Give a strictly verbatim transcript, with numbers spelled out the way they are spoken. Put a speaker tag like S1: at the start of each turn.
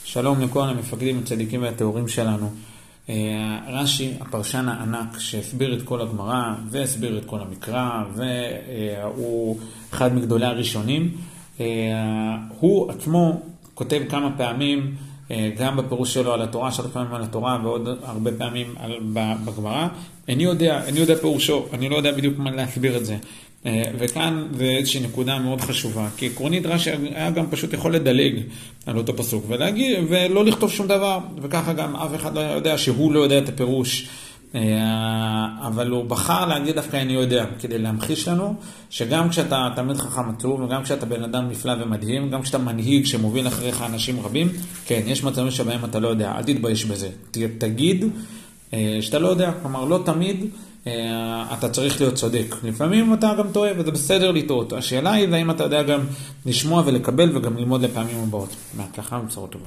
S1: שלום לכל המפקדים, הצדיקים והטהורים שלנו. רש"י, הפרשן הענק שהסביר את כל הגמרא והסביר את כל המקרא, והוא אחד מגדולי הראשונים, הוא עצמו כותב כמה פעמים, גם בפירוש שלו על התורה, שלוש פעמים על התורה ועוד הרבה פעמים בגמרא. אני יודע, אני יודע פירושו, אני לא יודע בדיוק מה להסביר את זה. וכאן זה איזושהי נקודה מאוד חשובה, כי עקרונית רש"י היה גם פשוט יכול לדלג על אותו פסוק ולהגיד, ולא לכתוב שום דבר, וככה גם אף אחד לא יודע שהוא לא יודע את הפירוש, אבל הוא בחר להגיד דווקא אני יודע, כדי להמחיש לנו שגם כשאתה תלמיד חכם עצוב, וגם כשאתה בן אדם נפלא ומדהים, גם כשאתה מנהיג שמוביל אחריך אנשים רבים, כן, יש מצבים שבהם אתה לא יודע, אל תתבייש בזה, תגיד שאתה לא יודע, כלומר לא תמיד אתה צריך להיות צודק. לפעמים אתה גם טועה, וזה בסדר לטעות. השאלה היא, האם אתה יודע גם לשמוע ולקבל וגם ללמוד לפעמים הבאות. מהצלחה ובשורות טובות.